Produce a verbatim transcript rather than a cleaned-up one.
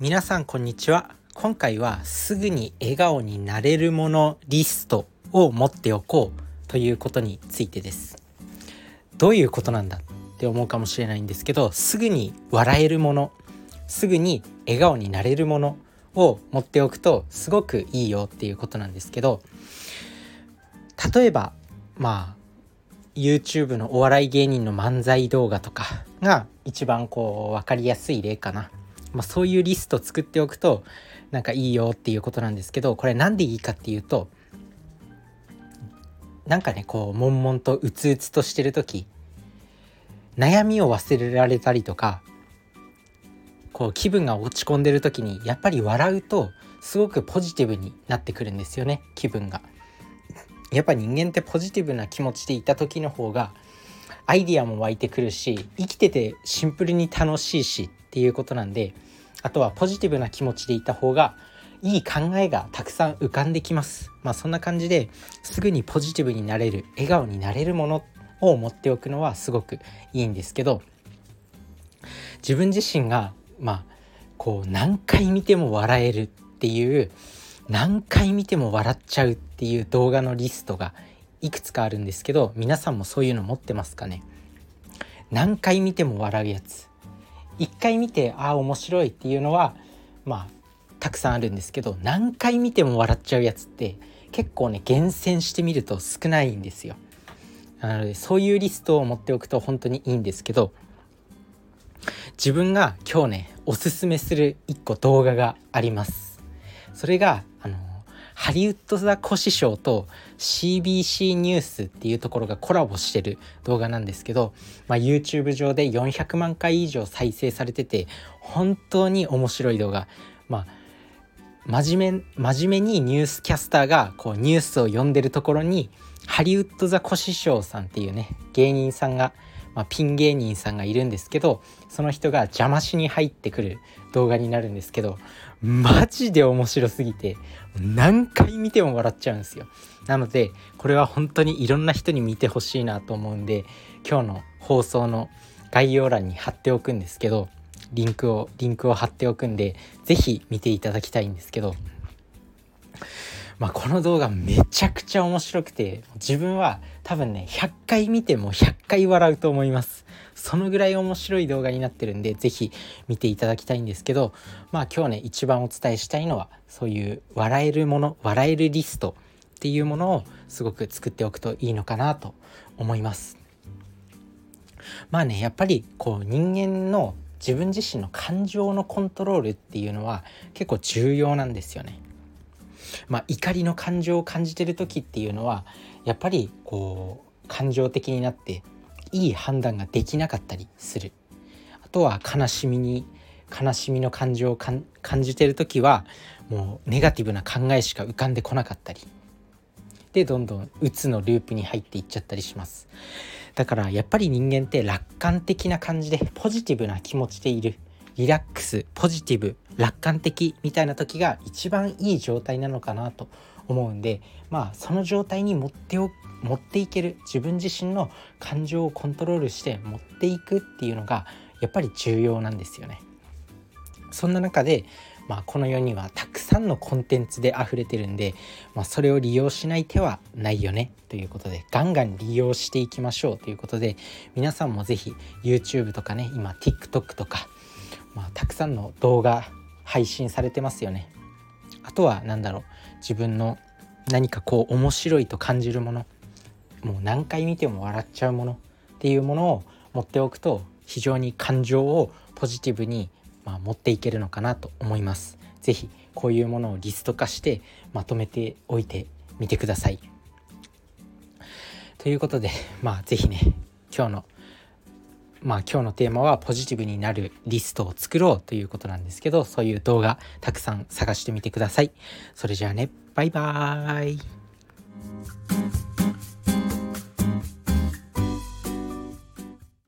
皆さんこんにちは。今回はすぐに笑顔になれるものリストを持っておこうということについてです。どういうことなんだって思うかもしれないんですけど、すぐに笑えるもの、すぐに笑顔になれるものを持っておくとすごくいいよっていうことなんですけど、例えばまあ YouTube のお笑い芸人の漫才動画とかが一番こう分かりやすい例かな。まあ、そういうリスト作っておくとなんかいいよっていうことなんですけど、これなんでいいかっていうと、なんかねこう悶々とうつうつとしてる時、悩みを忘れられたりとか、こう気分が落ち込んでる時にやっぱり笑うとすごくポジティブになってくるんですよね。気分がやっぱ人間ってポジティブな気持ちでいた時の方がアイディアも湧いてくるし、生きててシンプルに楽しいしっていうことなんで、あとはポジティブな気持ちでいた方がいい考えがたくさん浮かんできます。まあそんな感じですぐにポジティブになれる、笑顔になれるものを持っておくのはすごくいいんですけど、自分自身がまあこう何回見ても笑えるっていう、何回見ても笑っちゃうっていう動画のリストがいくつかあるんですけど、皆さんもそういうの持ってますかね。何回見ても笑うやつ、一回見てああ面白いっていうのはまあたくさんあるんですけど、何回見ても笑っちゃうやつって結構ね厳選してみると少ないんですよ。なのでそういうリストを持っておくと本当にいいんですけど、自分が今日ねおすすめする一個動画があります。それがあのハリウッドザコシショウと シービーシー ニュースっていうところがコラボしてる動画なんですけど、まあ、YouTube 上でよんひゃくまんかい以上再生されてて本当に面白い動画。まあ真面目真面目にニュースキャスターがこうニュースを読んでるところに、ハリウッドザコシショウさんっていうね芸人さんが、まあ、ピン芸人さんがいるんですけど、その人が邪魔しに入ってくる動画になるんですけど、マジで面白すぎて何回見ても笑っちゃうんですよ。なのでこれは本当にいろんな人に見てほしいなと思うんで、今日の放送の概要欄に貼っておくんですけど、リンクをリンクを貼っておくんでぜひ見ていただきたいんですけど、まあ、この動画めちゃくちゃ面白くて、自分は多分ねひゃっかい見てもひゃっかい笑うと思います。そのぐらい面白い動画になってるんでぜひ見ていただきたいんですけど、まあ今日ね一番お伝えしたいのはそういう笑えるもの、笑えるリストっていうものをすごく作っておくといいのかなと思います。まあねやっぱりこう人間の自分自身の感情のコントロールっていうのは結構重要なんですよね。まあ怒りの感情を感じてる時っていうのはやっぱりこう感情的になっていい判断ができなかったりする。あとは悲しみに悲しみの感情を感じてる時はもうネガティブな考えしか浮かんでこなかったりで、どんどん鬱のループに入っていっちゃったりします。だからやっぱり人間って楽観的な感じでポジティブな気持ちでいる、リラックス、ポジティブ、楽観的みたいな時が一番いい状態なのかなと思うんで、まあその状態に持ってお持っていける、自分自身の感情をコントロールして持っていくっていうのがやっぱり重要なんですよね。そんな中で、まあ、この世にはたくさんのコンテンツで溢れてるんで、まあ、それを利用しない手はないよねということで、ガンガン利用していきましょうということで、皆さんもぜひ YouTube とかね、今 TikTok とか、まあ、たくさんの動画配信されてますよね。あとは何だろう、自分の何かこう面白いと感じるもの、もう何回見ても笑っちゃうものっていうものを持っておくと非常に感情をポジティブにまあ持っていけるのかなと思います。ぜひこういうものをリスト化してまとめておいてみてください。ということで、まあぜひね今日のまあ今日のテーマはポジティブになるリストを作ろうということなんですけど、そういう動画たくさん探してみてください。それじゃあね、バイバーイ。